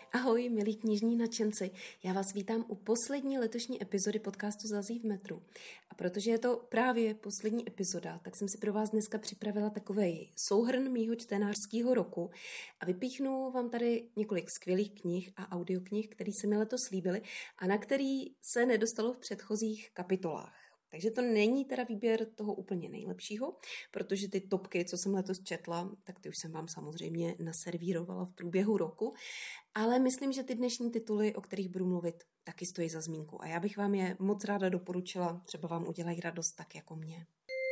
Ahoj, milí knižní nadšenci. Já vás vítám u poslední letošní epizody podcastu Zazí v metru. A protože je to právě poslední epizoda, tak jsem si pro vás dneska připravila takovej souhrn mýho čtenářského roku a vypíchnu vám tady několik skvělých knih a audioknih, které se mi letos líbily a na který se nedostalo v předchozích kapitolách. Takže to není teda výběr toho úplně nejlepšího, protože ty topky, co jsem letos četla, tak ty už jsem vám samozřejmě naservírovala v průběhu roku, ale myslím, že ty dnešní tituly, o kterých budu mluvit, taky stojí za zmínku a já bych vám je moc ráda doporučila, třeba vám udělají radost tak jako mě.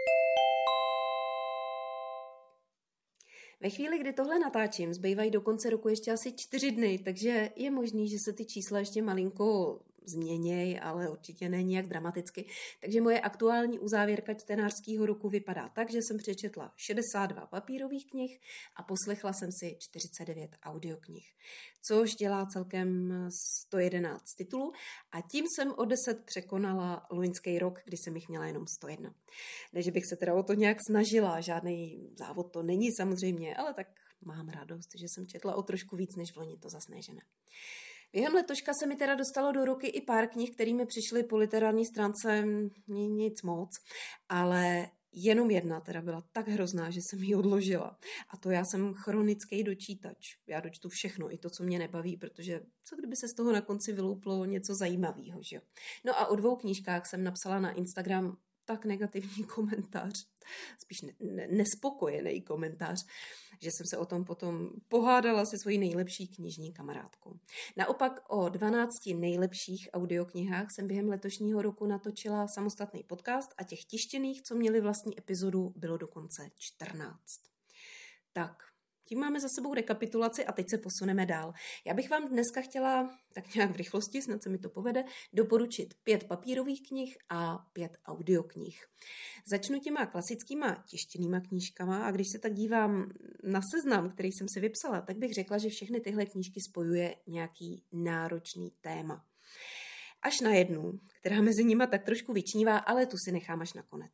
Ve chvíli, kdy tohle natáčím, zbývají do konce roku ještě asi 4 dny, takže je možný, že se ty čísla ještě malinko změněj, ale určitě ne nijak dramaticky. Takže moje aktuální uzávěrka čtenářského roku vypadá tak, že jsem přečetla 62 papírových knih a poslechla jsem si 49 audioknih, což dělá celkem 111 titulů a tím jsem o 10 překonala loňský rok, kdy jsem jich měla jenom 101. Ne, že bych se teda o to nějak snažila, žádný závod to není samozřejmě, ale tak mám radost, že jsem četla o trošku víc než v loni, to zas ne, že ne. Během letoška se mi teda dostalo do ruky i pár knih, které mi přišly po literární stránce nic moc, ale jenom jedna teda byla tak hrozná, že jsem ji odložila. A to já jsem chronický dočítač. Já dočtu všechno, i to, co mě nebaví, protože co kdyby se z toho na konci vylouplo něco zajímavého, že jo? No a o 2 knížkách jsem napsala na Instagram tak negativní komentář, spíš nespokojený komentář, že jsem se o tom potom pohádala se svojí nejlepší knižní kamarádkou. Naopak o 12 nejlepších audioknihách jsem během letošního roku natočila samostatný podcast a těch tištěných, co měli vlastní epizodu, bylo dokonce 14. Tak, tím máme za sebou rekapitulaci a teď se posuneme dál. Já bych vám dneska chtěla, tak nějak v rychlosti, snad se mi to povede, doporučit 5 papírových knih a 5 audioknih. Začnu těma klasickýma tištěnýma knížkama a když se tak dívám na seznam, který jsem si vypsala, tak bych řekla, že všechny tyhle knížky spojuje nějaký náročný téma. Až na jednu, která mezi nima tak trošku vyčnívá, ale tu si nechám až nakonec.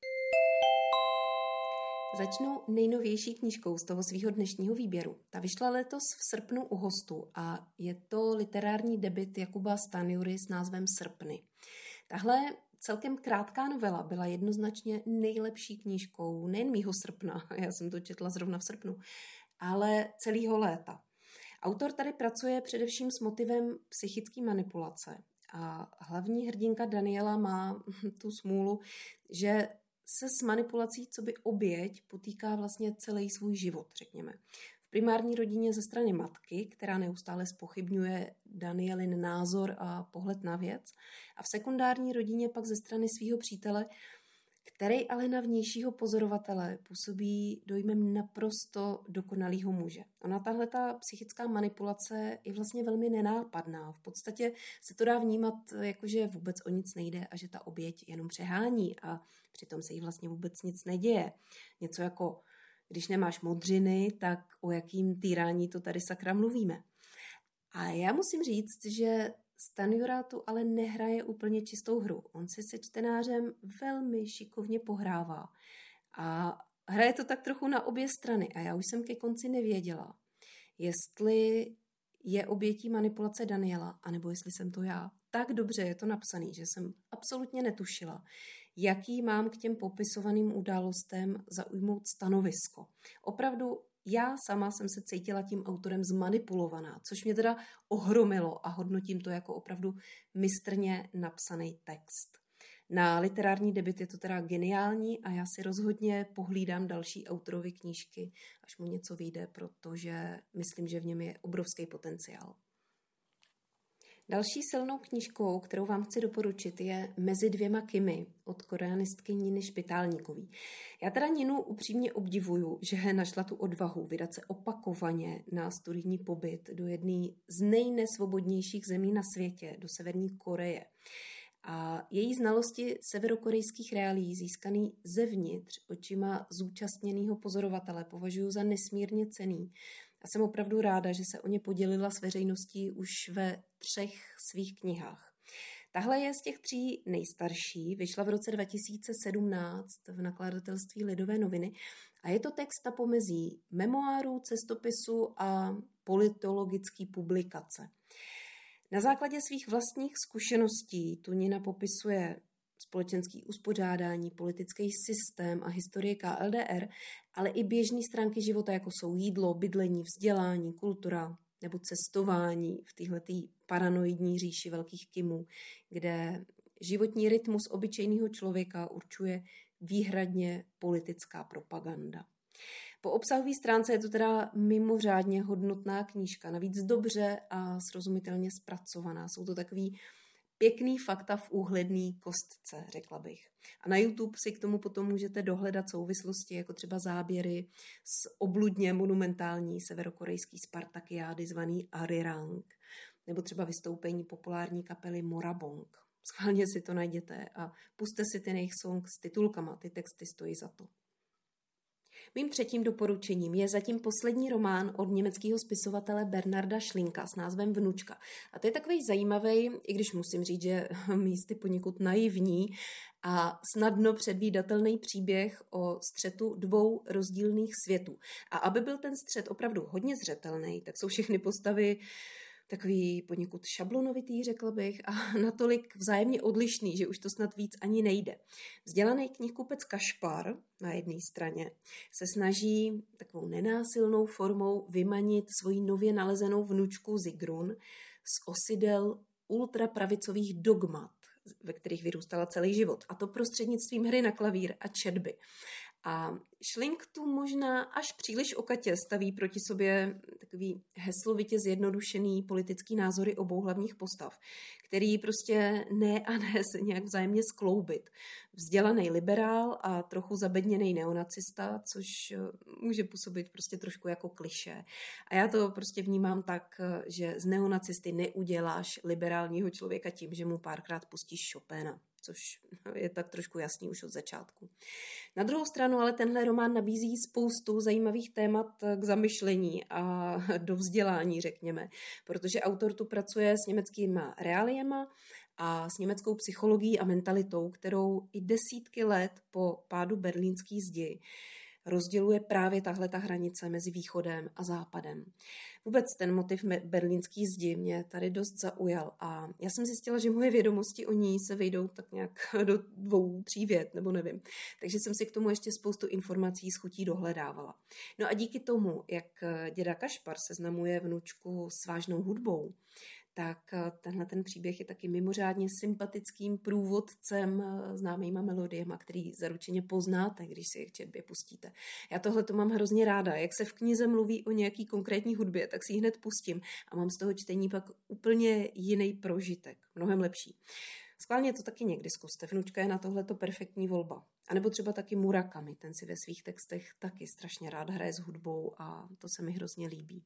Začnu nejnovější knížkou z toho svého dnešního výběru. Ta vyšla letos v srpnu u Hostu a je to literární debut Jakuba Stanjury s názvem Srpny. Tahle celkem krátká novela byla jednoznačně nejlepší knížkou nejen mýho srpna, já jsem to četla zrovna v srpnu, ale celého léta. Autor tady pracuje především s motivem psychické manipulace a hlavní hrdinka Daniela má tu smůlu, že se s manipulací coby oběť potýká vlastně celý svůj život, řekněme. V primární rodině ze strany matky, která neustále zpochybňuje Danielin názor a pohled na věc, a v sekundární rodině pak ze strany svého přítele, který ale na vnějšího pozorovatele působí dojmem naprosto dokonalého muže. Ona tahleta psychická manipulace je vlastně velmi nenápadná. V podstatě se to dá vnímat, jako že vůbec o nic nejde a že ta oběť jenom přehání a přitom se jí vlastně vůbec nic neděje. Něco jako, když nemáš modřiny, tak o jakým týrání to tady sakra mluvíme. A já musím říct, že Stanjura tu ale nehraje úplně čistou hru. On si se čtenářem velmi šikovně pohrává. A hraje to tak trochu na obě strany. A já už jsem ke konci nevěděla, jestli je obětí manipulace Daniela, anebo jestli jsem to já. Tak dobře je to napsaný, že jsem absolutně netušila, jaký mám k těm popisovaným událostem zaujmout stanovisko. Opravdu já sama jsem se cítila tím autorem zmanipulovaná, což mě teda ohromilo a hodnotím to jako opravdu mistrně napsaný text. Na literární debut je to teda geniální a já si rozhodně pohlídám další autorovy knížky, až mu něco vyjde, protože myslím, že v něm je obrovský potenciál. Další silnou knížkou, kterou vám chci doporučit, je Mezi dvěma Kimi od koreanistky Niny Špitálníkový. Já teda Ninu upřímně obdivuju, že našla tu odvahu vydat se opakovaně na studijní pobyt do jedné z nejnesvobodnějších zemí na světě, do Severní Koreje. A její znalosti severokorejských reálií získaný zevnitř očima zúčastněného pozorovatele považuji za nesmírně cenný. A jsem opravdu ráda, že se o ně podělila s veřejností už ve 3 svých knihách. Tahle je z těch 3 nejstarší, vyšla v roce 2017 v nakladatelství Lidové noviny a je to text na pomezí memoáru, cestopisu a politologické publikace. Na základě svých vlastních zkušeností Tunina popisuje společenský uspořádání, politický systém a historie KLDR, ale i běžné stránky života, jako jsou jídlo, bydlení, vzdělání, kultura nebo cestování v téhletý paranoidní říši velkých kimů, kde životní rytmus obyčejného člověka určuje výhradně politická propaganda. Po obsahové stránce je to teda mimořádně hodnotná knížka, navíc dobře a srozumitelně zpracovaná. Jsou to takový pěkný fakta v úhledný kostce, řekla bych. A na YouTube si k tomu potom můžete dohledat souvislosti, jako třeba záběry z obludně monumentální severokorejský spartakiády zvaný Arirang, nebo třeba vystoupení populární kapely Morabong. Schválně si to najděte a pusťte si ten jejich song s titulkama, ty texty stojí za to. Mým třetím doporučením je zatím poslední román od německého spisovatele Bernarda Schlinka s názvem Vnučka. A to je takový zajímavý, i když musím říct, že místy poněkud naivní a snadno předvídatelný příběh o střetu dvou rozdílných světů. A aby byl ten střet opravdu hodně zřetelný, tak jsou všechny postavy takový poněkud šablonovitý, řekla bych, a natolik vzájemně odlišný, že už to snad víc ani nejde. Vzdělaný knihkupec Kašpar na jedné straně se snaží takovou nenásilnou formou vymanit svoji nově nalezenou vnučku Sigrun z osidel ultrapravicových dogmat, ve kterých vyrůstala celý život. A to prostřednictvím hry na klavír a četby. A Schling tu možná až příliš okatě staví proti sobě takový heslovitě zjednodušený politický názory obou hlavních postav, který prostě ne a ne se nějak vzájemně skloubit. Vzdělaný liberál a trochu zabedněný neonacista, což může působit prostě trošku jako klišé. A já to prostě vnímám tak, že z neonacisty neuděláš liberálního člověka tím, že mu párkrát pustíš Chopina, což je tak trošku jasný už od začátku. Na druhou stranu ale tenhle román nabízí spoustu zajímavých témat k zamyšlení a do vzdělání, řekněme, protože autor tu pracuje s německýma reáliema a s německou psychologií a mentalitou, kterou i desítky let po pádu berlínské zdi rozděluje právě tahle ta hranice mezi východem a západem. Vůbec ten motiv berlínský zdi mě tady dost zaujal a já jsem zjistila, že moje vědomosti o ní se vejdou tak nějak do 2-3 vět, nebo nevím. Takže jsem si k tomu ještě spoustu informací s chutí dohledávala. No a díky tomu, jak děda Kašpar seznamuje vnučku s vážnou hudbou, tak tenhle ten příběh je taky mimořádně sympatickým průvodcem známýma melodiema, který zaručeně poznáte, když si je k četbě pustíte. Já tohle to mám hrozně ráda. Jak se v knize mluví o nějaký konkrétní hudbě, tak si ji hned pustím a mám z toho čtení pak úplně jiný prožitek, mnohem lepší. Schválně to taky někdy zkuste. Vnučka je na tohleto perfektní volba. A nebo třeba taky Murakami, ten si ve svých textech taky strašně rád hraje s hudbou a to se mi hrozně líbí.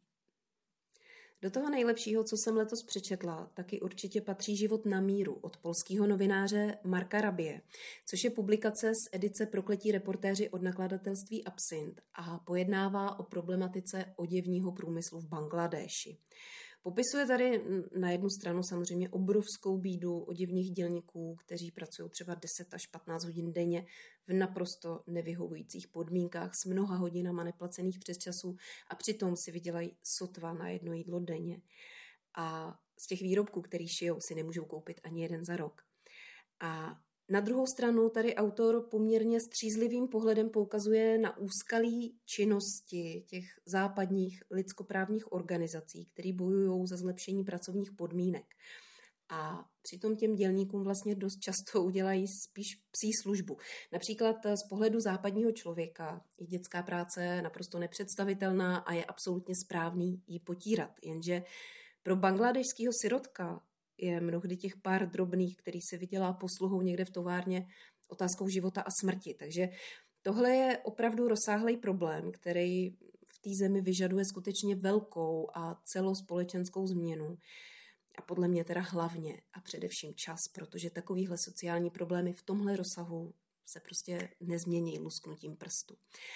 Do toho nejlepšího, co jsem letos přečetla, taky určitě patří Život na míru od polského novináře Marka Rabie, což je publikace z edice Prokletí reportéři od nakladatelství Absint a pojednává o problematice oděvního průmyslu v Bangladéši. Popisuje tady na jednu stranu samozřejmě obrovskou bídu oděvních dělníků, kteří pracují třeba 10 až 15 hodin denně v naprosto nevyhovujících podmínkách s mnoha hodinama neplacených přesčasů a přitom si vydělají sotva na jedno jídlo denně. A z těch výrobků, který šijou, si nemůžou koupit ani jeden za rok. A na druhou stranu tady autor poměrně střízlivým pohledem poukazuje na úskalí činnosti těch západních lidskoprávních organizací, které bojují za zlepšení pracovních podmínek. A přitom těm dělníkům vlastně dost často udělají spíš psí službu. Například z pohledu západního člověka je dětská práce naprosto nepředstavitelná a je absolutně správný ji potírat. Jenže pro bangladešského sirotka je mnohdy těch pár drobných, který se vydělá posluhou někde v továrně, otázkou života a smrti. Takže tohle je opravdu rozsáhlý problém, který v té zemi vyžaduje skutečně velkou a celospolečenskou změnu. A podle mě teda hlavně a především čas, protože takovýhle sociální problémy v tomhle rozsahu se prostě nezmění lusknutím prstu.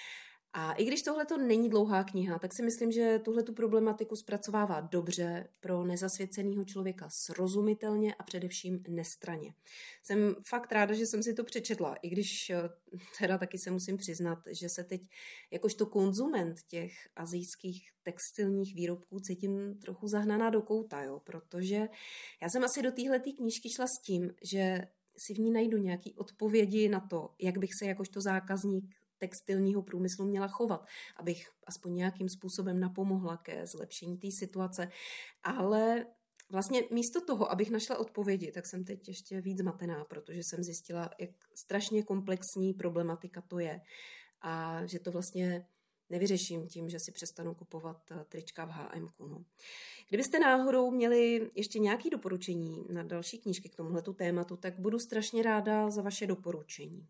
A i když tohle to není dlouhá kniha, tak si myslím, že tuhletu problematiku zpracovává dobře, pro nezasvěceného člověka srozumitelně a především nestranně. Jsem fakt ráda, že jsem si to přečetla, i když teda taky se musím přiznat, že se teď jakožto konzument těch asijských textilních výrobků cítím trochu zahnaná do kouta, jo? Protože já jsem asi do téhletý knížky šla s tím, že si v ní najdu nějaký odpovědi na to, jak bych se jakožto zákazník textilního průmyslu měla chovat, abych aspoň nějakým způsobem napomohla ke zlepšení té situace. Ale vlastně místo toho, abych našla odpovědi, tak jsem teď ještě víc zmatená, protože jsem zjistila, jak strašně komplexní problematika to je a že to vlastně nevyřeším tím, že si přestanu kupovat trička v H&M. No. Kdybyste náhodou měli ještě nějaké doporučení na další knížky k tomuhletu tématu, tak budu strašně ráda za vaše doporučení.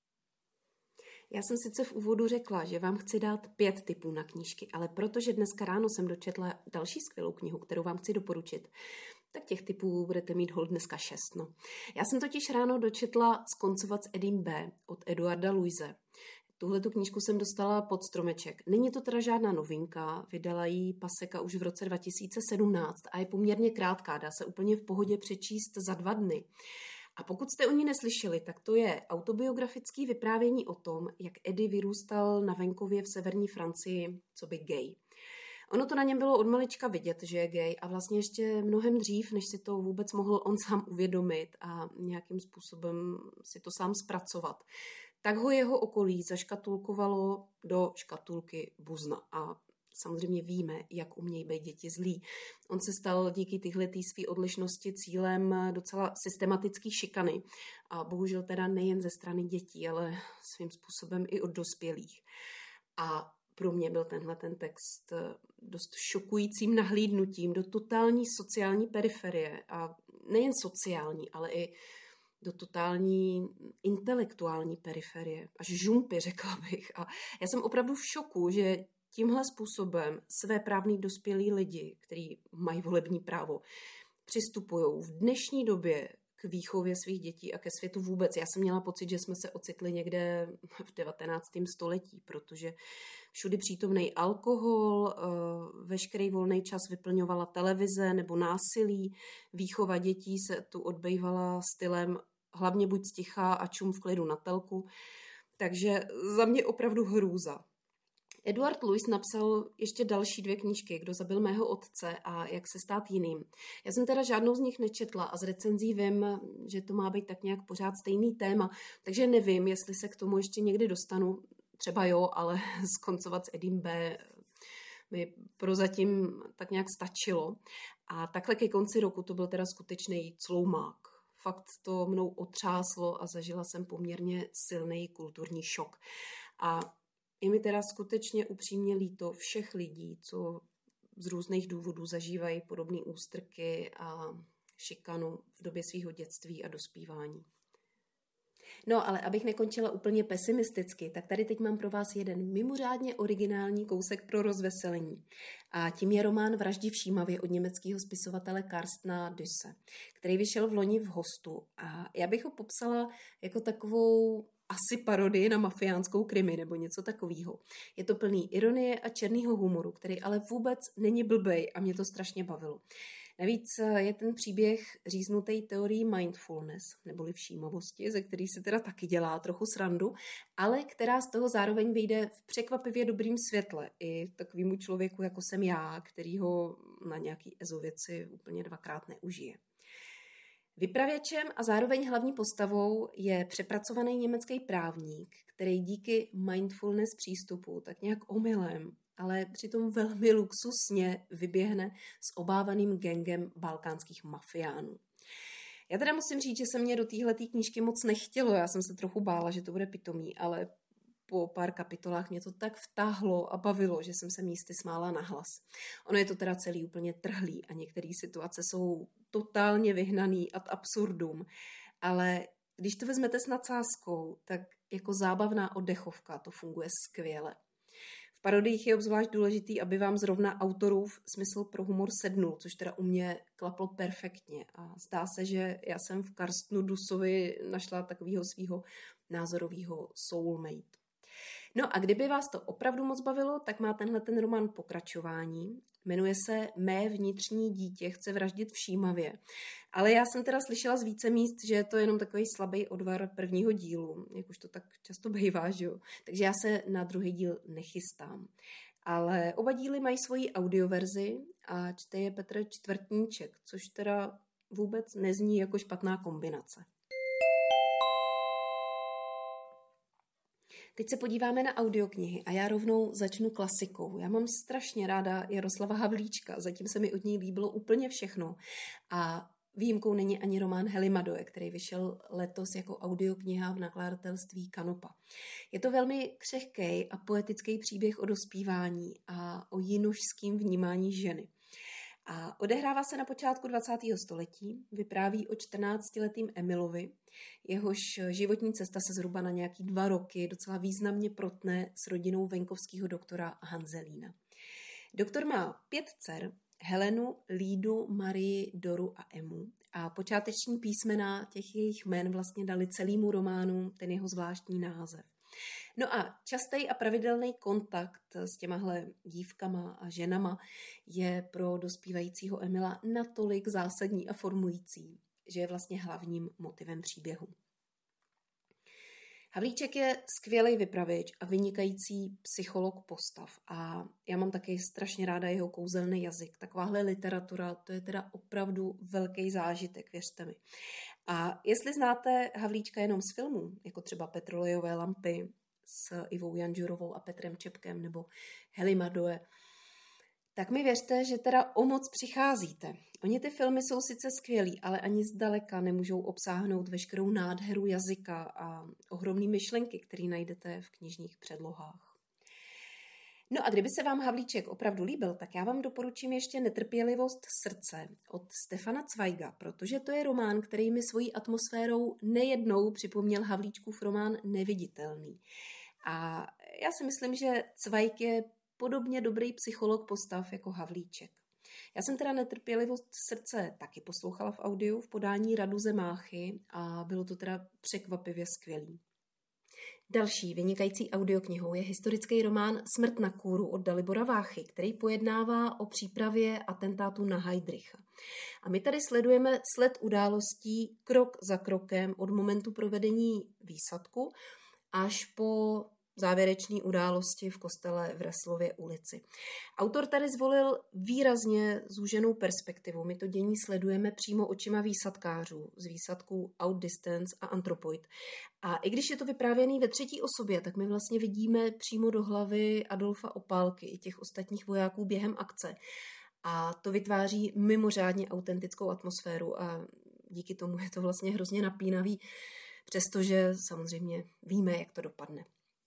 Já jsem sice v úvodu řekla, že vám chci dát 5 tipů na knížky, ale protože dneska ráno jsem dočetla další skvělou knihu, kterou vám chci doporučit, tak těch tipů budete mít hol dneska 6. No. Já jsem totiž ráno dočetla Skoncovat s Edim B. od Eduarda Luise. Tuhletu knížku jsem dostala pod stromeček. Není to teda žádná novinka, vydala ji Paseka už v roce 2017 a je poměrně krátká, dá se úplně v pohodě přečíst za 2 dny. A pokud jste o ní neslyšeli, tak to je autobiografické vyprávění o tom, jak Eddie vyrůstal na venkově v severní Francii coby gay. Ono to na něm bylo od malička vidět, že je gay a vlastně ještě mnohem dřív, než si to vůbec mohl on sám uvědomit a nějakým způsobem si to sám zpracovat, tak ho jeho okolí zaškatulkovalo do škatulky buzna. A samozřejmě víme, jak umějí být děti zlí. On se stal díky tyhletý svý odlišnosti cílem docela systematický šikany. A bohužel teda nejen ze strany dětí, ale svým způsobem i od dospělých. A pro mě byl tenhle ten text dost šokujícím nahlídnutím do totální sociální periferie. A nejen sociální, ale i do totální intelektuální periferie. Až žumpy, řekla bych. A já jsem opravdu v šoku, že tímhle způsobem svéprávný dospělí lidi, kteří mají volební právo, přistupují v dnešní době k výchově svých dětí a ke světu vůbec. Já jsem měla pocit, že jsme se ocitli někde v 19. století, protože všudy přítomný alkohol, veškerý volný čas vyplňovala televize nebo násilí, výchova dětí se tu odbývala stylem hlavně buď sticha a čum v klidu na telku. Takže za mě opravdu hrůza. Eduard Luis napsal ještě další 2 knížky, Kdo zabil mého otce a Jak se stát jiným. Já jsem teda žádnou z nich nečetla a z recenzí vím, že to má být tak nějak pořád stejný téma, takže nevím, jestli se k tomu ještě někdy dostanu. Třeba jo, ale Skoncovat s Edim B. mi prozatím tak nějak stačilo. A takhle ke konci roku to byl teda skutečný cloumák. Fakt to mnou otřáslo a zažila jsem poměrně silný kulturní šok. A je mi teda skutečně upřímně líto všech lidí, co z různých důvodů zažívají podobné ústrky a šikanu v době svého dětství a dospívání. No, ale abych nekončila úplně pesimisticky, tak tady teď mám pro vás jeden mimořádně originální kousek pro rozveselení. A tím je román Vraždi v Šímavě od německého spisovatele Carstena Düsse, který vyšel v loni v Hostu. A já bych ho popsala jako takovou asi parodii na mafiánskou krimi nebo něco takového. Je to plný ironie a černého humoru, který ale vůbec není blbej a mě to strašně bavilo. Navíc je ten příběh říznutý teorií mindfulness, neboli všímavosti, ze který se teda taky dělá trochu srandu, ale která z toho zároveň vyjde v překvapivě dobrým světle i takovému člověku, jako jsem já, který ho na nějaký ezověci úplně 2krát neužije. Vypravěčem a zároveň hlavní postavou je přepracovaný německý právník, který díky mindfulness přístupu tak nějak omylem, ale přitom velmi luxusně vyběhne s obávaným gangem balkánských mafiánů. Já teda musím říct, že se mě do téhleté knížky moc nechtělo, já jsem se trochu bála, že to bude pitomý, ale po pár kapitolách mě to tak vtáhlo a bavilo, že jsem se místy smála nahlas. Ono je to teda celý úplně trhlý a některé situace jsou totálně vyhnaný ad absurdum, ale když to vezmete s nadsázkou, tak jako zábavná oddechovka to funguje skvěle. V parodiích je obzvlášť důležitý, aby vám zrovna autorův smysl pro humor sednul, což teda u mě klaplo perfektně. A zdá se, že já jsem v Carstenu Dussovi našla takového svého názorového soulmate. No a kdyby vás to opravdu moc bavilo, tak má tenhle ten román pokračování. Jmenuje se Mé vnitřní dítě chce vraždit všímavě. Ale já jsem teda slyšela z více míst, že je to jenom takový slabý odvar prvního dílu, jak už to tak často bývá, že jo. Takže já se na druhý díl nechystám. Ale oba díly mají svoji audioverzi a čte je Petr Čtvrtníček, což teda vůbec nezní jako špatná kombinace. Teď se podíváme na audioknihy a já rovnou začnu klasikou. Já mám strašně ráda Jaroslava Havlíčka, zatím se mi od něj líbilo úplně všechno. A výjimkou není ani román Helimadoje, který vyšel letos jako audiokniha v nakladatelství Kanopa. Je to velmi křehký a poetický příběh o dospívání a o jinošském vnímání ženy. A odehrává se na počátku 20. století, vypráví o 14letým Emilovi, jehož životní cesta se zhruba na nějaký 2 roky docela významně protne s rodinou venkovského doktora Hanzelína. Doktor má 5 dcer, Helenu, Lídu, Marii, Doru a Emu. A počáteční písmena těch jejich jmen vlastně dali celému románu ten jeho zvláštní název. No a častý a pravidelný kontakt s těmahle dívkama a ženama je pro dospívajícího Emila natolik zásadní a formující, že je vlastně hlavním motivem příběhu. Havlíček je skvělý vypravěč a vynikající psycholog postav a já mám taky strašně ráda jeho kouzelný jazyk. Takováhle literatura, to je teda opravdu velký zážitek, věřte mi. A jestli znáte Havlíčka jenom z filmů, jako třeba Petrolejové lampy s Ivou Janžurovou a Petrem Čepkem nebo Helimadoje, tak mi věřte, že teda o moc přicházíte. Oni ty filmy jsou sice skvělí, ale ani zdaleka nemůžou obsáhnout veškerou nádheru jazyka a ohromné myšlenky, které najdete v knižních předlohách. No a kdyby se vám Havlíček opravdu líbil, tak já vám doporučím ještě Netrpělivost srdce od Stefana Zweiga, protože to je román, který mi svojí atmosférou nejednou připomněl Havlíčkův román Neviditelný. A já si myslím, že Zweig je podobně dobrý psycholog postav jako Havlíček. Já jsem teda Netrpělivost srdce taky poslouchala v audiu v podání Raduze Máchy a bylo to teda překvapivě skvělý. Další vynikající audioknihou je historický román Smrt na kůru od Dalibora Váchy, který pojednává o přípravě atentátu na Heydricha. A my tady sledujeme sled událostí krok za krokem od momentu provedení výsadku až po závěrečné události v kostele v Reslově ulici. Autor tady zvolil výrazně zúženou perspektivu. My to dění sledujeme přímo očima výsadkářů z výsadků Outdistance a Anthropoid. A i když je to vyprávěný ve 3. osobě, tak my vlastně vidíme přímo do hlavy Adolfa Opálky i těch ostatních vojáků během akce. A to vytváří mimořádně autentickou atmosféru a díky tomu je to vlastně hrozně napínavý, přestože samozřejmě víme, jak to dopadne.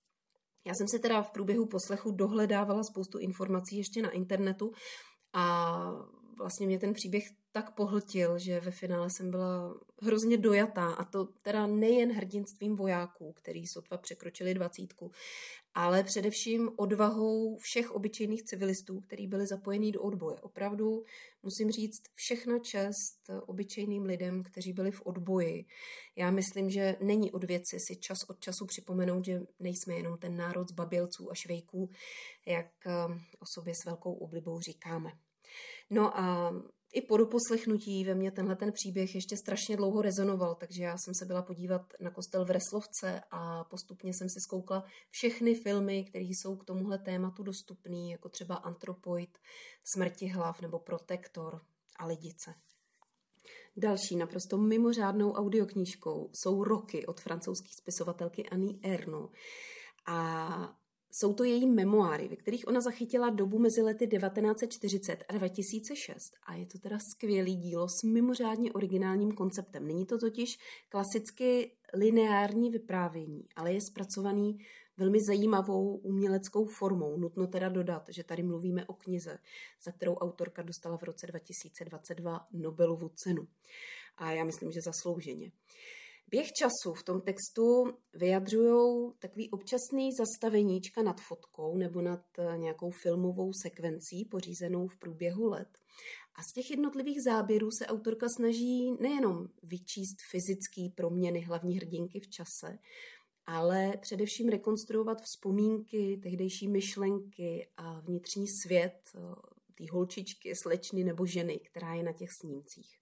Já jsem si teda v průběhu poslechu dohledávala spoustu informací ještě na internetu a vlastně mě ten příběh tak pohltil, že ve finále jsem byla hrozně dojatá a to teda nejen hrdinstvím vojáků, který sotva překročili 20, ale především odvahou všech obyčejných civilistů, kteří byli zapojení do odboje. Opravdu musím říct všechna čest obyčejným lidem, kteří byli v odboji. Já myslím, že není od věci si čas od času připomenout, že nejsme jenom ten národ zbabělců a švejků, jak o sobě s velkou oblibou říkáme. No a i po doposlechnutí ve mně tenhle ten příběh ještě strašně dlouho rezonoval, takže já jsem se byla podívat na kostel v Reslovce a postupně jsem si zkoukla všechny filmy, které jsou k tomuhle tématu dostupný, jako třeba Anthropoid, Smrtihlav nebo Protektor a Lidice. Další naprosto mimořádnou audioknížkou jsou Roky od francouzské spisovatelky Annie Ernaux. A jsou to její memoáry, ve kterých ona zachytila dobu mezi lety 1940 a 2006 a je to teda skvělý dílo s mimořádně originálním konceptem. Není to totiž klasicky lineární vyprávění, ale je zpracovaný velmi zajímavou uměleckou formou. Nutno teda dodat, že tady mluvíme o knize, za kterou autorka dostala v roce 2022 Nobelovu cenu. A já myslím, že zaslouženě. Běh času v tom textu vyjadřují takový občasný zastaveníčka nad fotkou nebo nad nějakou filmovou sekvencí pořízenou v průběhu let. A z těch jednotlivých záběrů se autorka snaží nejenom vyčíst fyzické proměny hlavní hrdinky v čase, ale především rekonstruovat vzpomínky, tehdejší myšlenky a vnitřní svět té holčičky, slečny nebo ženy, která je na těch snímcích.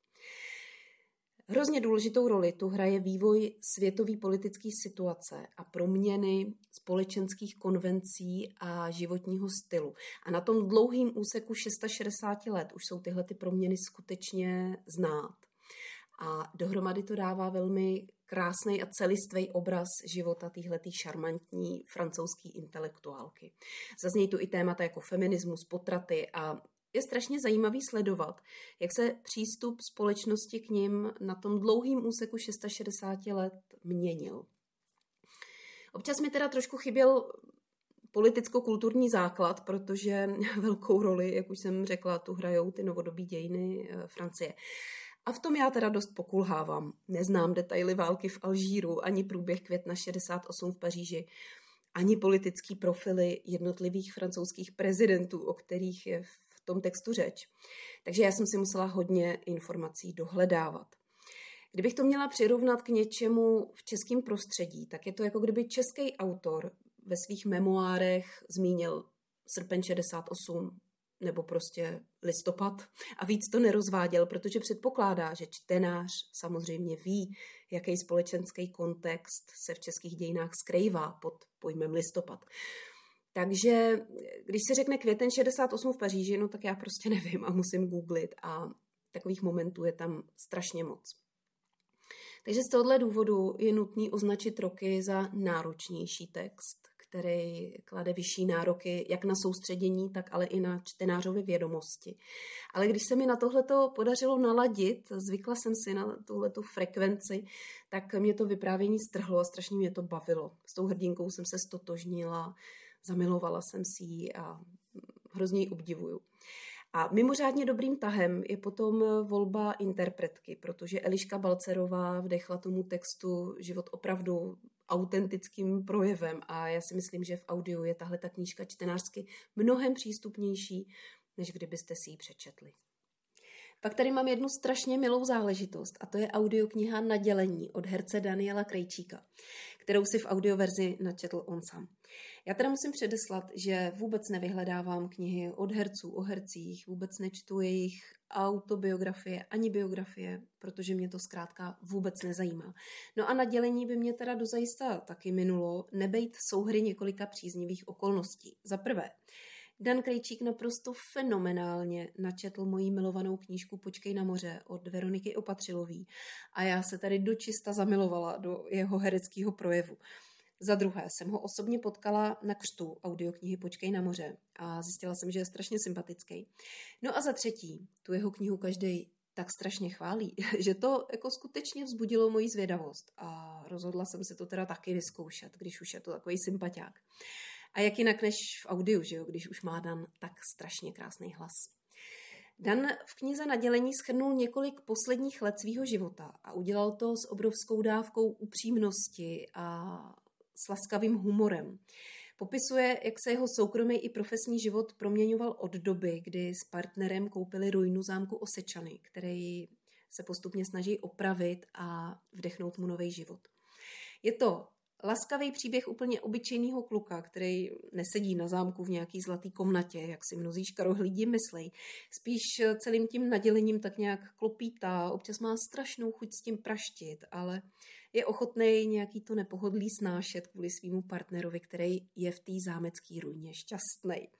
Hrozně důležitou roli tu hraje vývoj světové politické situace a proměny společenských konvencí a životního stylu. A na tom dlouhém úseku 660 let už jsou tyhle ty proměny skutečně znát. A dohromady to dává velmi krásný a celistvý obraz života téhletý šarmantní francouzský intelektuálky. Zaznějí tu i témata jako feminismus, potraty a je strašně zajímavý sledovat, jak se přístup společnosti k nim na tom dlouhém úseku 660 let měnil. Občas mi teda trošku chyběl politicko-kulturní základ, protože velkou roli, jak už jsem řekla, tu hrajou ty novodobí dějiny Francie. A v tom já teda dost pokulhávám. Neznám detaily války v Alžíru, ani průběh května 68 v Paříži, ani politický profily jednotlivých francouzských prezidentů, o kterých je v tom textu řeč. Takže já jsem si musela hodně informací dohledávat. Kdybych to měla přirovnat k něčemu v českém prostředí, tak je to jako kdyby český autor ve svých memoárech zmínil srpen 68 nebo prostě listopad a víc to nerozváděl, protože předpokládá, že čtenář samozřejmě ví, jaký společenský kontext se v českých dějinách skrývá pod pojmem listopad. Takže když se řekne květen 68 v Paříži, no tak já prostě nevím a musím googlit a takových momentů je tam strašně moc. Takže z tohohle důvodu je nutný označit roky za náročnější text, který klade vyšší nároky jak na soustředění, tak ale i na čtenářovy vědomosti. Ale když se mi na tohleto podařilo naladit, zvykla jsem si na tuhletu frekvenci, tak mě to vyprávění strhlo a strašně mě to bavilo. S tou hrdinkou jsem se stotožnila, zamilovala jsem si ji a hrozně ji obdivuju. A mimořádně dobrým tahem je potom volba interpretky, protože Eliška Balcerová vdechla tomu textu život opravdu autentickým projevem a já si myslím, že v audiu je tahle ta knížka čtenářsky mnohem přístupnější, než kdybyste si ji přečetli. Pak tady mám jednu strašně milou záležitost a to je audiokniha Nadělení od herce Daniela Krejčíka, kterou si v audioverzi načetl on sám. Já teda musím předeslat, že vůbec nevyhledávám knihy od herců o hercích, vůbec nečtu jejich autobiografie ani biografie, protože mě to zkrátka vůbec nezajímá. No a Nadělení by mě teda dozajista taky minulo, nebejt souhry několika příznivých okolností. Za prvé, Dan Krejčík naprosto fenomenálně načetl moji milovanou knížku Počkej na moře od Veroniky Opatřilový a já se tady dočista zamilovala do jeho hereckého projevu. Za druhé jsem ho osobně potkala na křtu audioknihy Počkej na moře a zjistila jsem, že je strašně sympatický. No a za třetí, tu jeho knihu každý tak strašně chválí, že to jako skutečně vzbudilo moji zvědavost a rozhodla jsem se to teda taky vyzkoušet, když už je to takový sympatiák. A jak jinak než v audiu, že jo, když už má Dan tak strašně krásný hlas. Dan v knize Nadělení shrnul několik posledních let svého života a udělal to s obrovskou dávkou upřímnosti a s laskavým humorem. Popisuje, jak se jeho soukromý i profesní život proměňoval od doby, kdy s partnerem koupili ruinu zámku Osečany, který se postupně snaží opravit a vdechnout mu nový život. Je to laskavý příběh úplně obyčejného kluka, který nesedí na zámku v nějaký zlatý komnatě, jak si mnozí škarohlídi myslej. Spíš celým tím nadělením tak nějak klopítá, občas má strašnou chuť s tím praštit, ale je ochotný nějaký to nepohodlí snášet kvůli svýmu partnerovi, který je v té zámecké ruině šťastnej.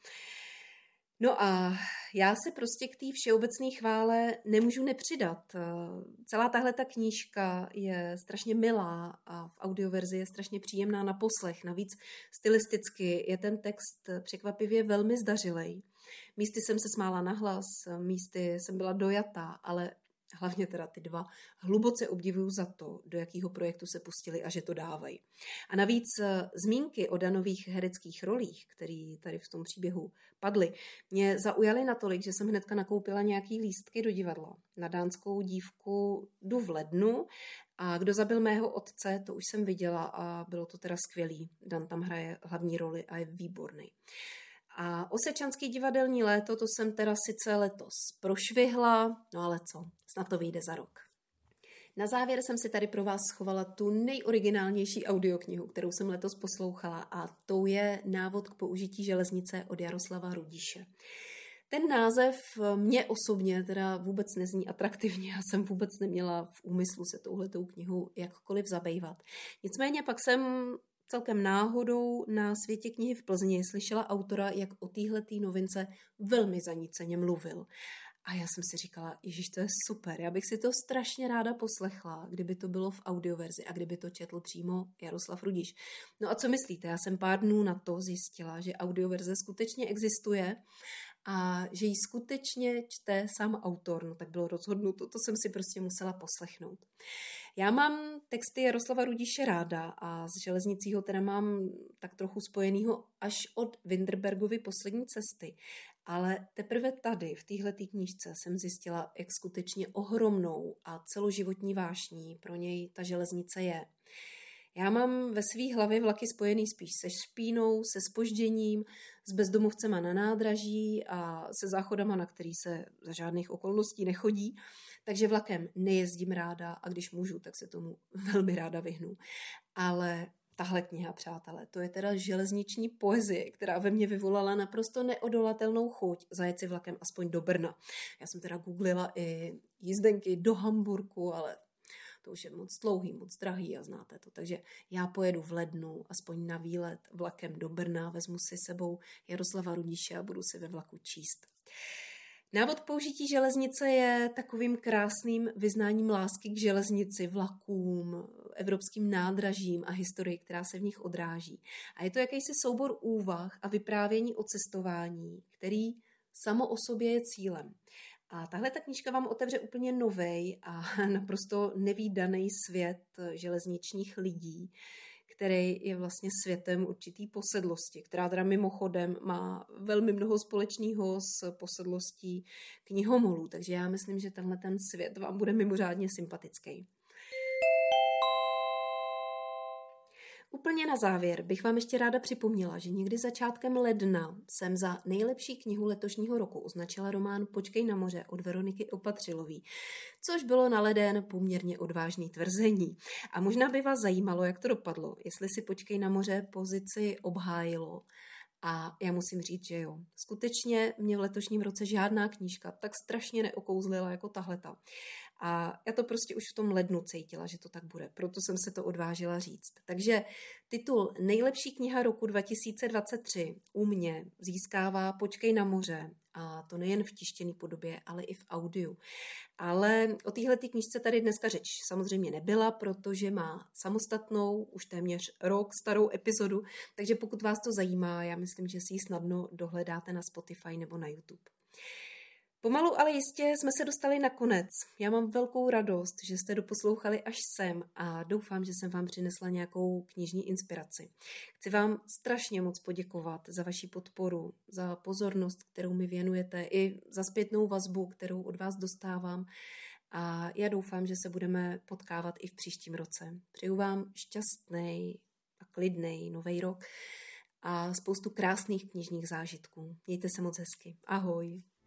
No a já se prostě k té všeobecné chvále nemůžu nepřidat. Celá tahle ta knížka je strašně milá a v audioverzi je strašně příjemná na poslech. Navíc stylisticky je ten text překvapivě velmi zdařilej. Místy jsem se smála nahlas, místy jsem byla dojatá, ale hlavně teda ty dva hluboce obdivuju za to, do jakého projektu se pustili a že to dávají. A navíc zmínky o Danových hereckých rolích, které tady v tom příběhu padly, mě zaujaly natolik, že jsem hnedka nakoupila nějaký lístky do divadla. Na Dánskou dívku jdu v lednu a Kdo zabil mého otce, to už jsem viděla a bylo to teda skvělý. Dan tam hraje hlavní roli a je výborný. A Osečanský divadelní léto, to jsem teda sice letos prošvihla, no ale co, snad to vyjde za rok. Na závěr jsem si tady pro vás schovala tu nejoriginálnější audioknihu, kterou jsem letos poslouchala, a tou je Návod k použití železnice od Jaroslava Rudiše. Ten název mě osobně teda vůbec nezní atraktivně, já jsem vůbec neměla v úmyslu se touhletou knihou jakkoliv zabývat. Nicméně pak jsem celkem náhodou na Světě knihy v Plzni slyšela autora, jak o téhletý novince velmi zaníceně mluvil. A já jsem si říkala, ježiš, to je super, já bych si to strašně ráda poslechla, kdyby to bylo v audioverzi a kdyby to četl přímo Jaroslav Rudiš. No a co myslíte, já jsem pár dnů na to zjistila, že audioverze skutečně existuje a že ji skutečně čte sám autor, no tak bylo rozhodnuto, to jsem si prostě musela poslechnout. Já mám texty Jaroslava Rudiše ráda a s železnicí ho teda mám tak trochu spojenýho až od Winterbergovy Poslední cesty, ale teprve tady, v téhletý knížce, jsem zjistila, jak skutečně ohromnou a celoživotní vášní pro něj ta železnice je. Já mám ve své hlavě vlaky spojený spíš se špínou, se zpožděním, s bezdomovcema na nádraží a se záchodama, na který se za žádných okolností nechodí, takže vlakem nejezdím ráda a když můžu, tak se tomu velmi ráda vyhnu. Ale tahle kniha, přátelé, to je teda železniční poezie, která ve mně vyvolala naprosto neodolatelnou chuť zajet si vlakem aspoň do Brna. Já jsem teda googlila i jízdenky do Hamburku, ale to už je moc dlouhý, moc drahý a znáte to. Takže já pojedu v lednu aspoň na výlet vlakem do Brna, vezmu si sebou Jaroslava Rudiše a budu si ve vlaku číst. Návod použití železnice je takovým krásným vyznáním lásky k železnici, vlakům, evropským nádražím a historii, která se v nich odráží. A je to jakýsi soubor úvah a vyprávění o cestování, který samo o sobě je cílem. A tahle ta knížka vám otevře úplně novej a naprosto nevídaný svět železničních lidí, který je vlastně světem určitý posedlosti, která teda mimochodem má velmi mnoho společného s posedlostí knihomolů, takže já myslím, že tenhle ten svět vám bude mimořádně sympatický. Úplně na závěr bych vám ještě ráda připomněla, že někdy začátkem ledna jsem za nejlepší knihu letošního roku označila román Počkej na moře od Veroniky Opatřilový, což bylo na leden poměrně odvážný tvrzení. A možná by vás zajímalo, jak to dopadlo, jestli si Počkej na moře pozici obhájilo. A já musím říct, že jo. Skutečně mě v letošním roce žádná knížka tak strašně neokouzlila jako tahleta. A já to prostě už v tom lednu cítila, že to tak bude. Proto jsem se to odvážila říct. Takže titul Nejlepší kniha roku 2023 u mě získává Počkej na moře. A to nejen v tištěné podobě, ale i v audiu. Ale o téhletý knížce tady dneska řeč samozřejmě nebyla, protože má samostatnou, už téměř rok starou epizodu, takže pokud vás to zajímá, já myslím, že si ji snadno dohledáte na Spotify nebo na YouTube. Pomalu, ale jistě jsme se dostali na konec. Já mám velkou radost, že jste doposlouchali až sem a doufám, že jsem vám přinesla nějakou knižní inspiraci. Chci vám strašně moc poděkovat za vaši podporu, za pozornost, kterou mi věnujete, i za zpětnou vazbu, kterou od vás dostávám. A já doufám, že se budeme potkávat i v příštím roce. Přeju vám šťastný a klidný nový rok a spoustu krásných knižních zážitků. Mějte se moc hezky. Ahoj.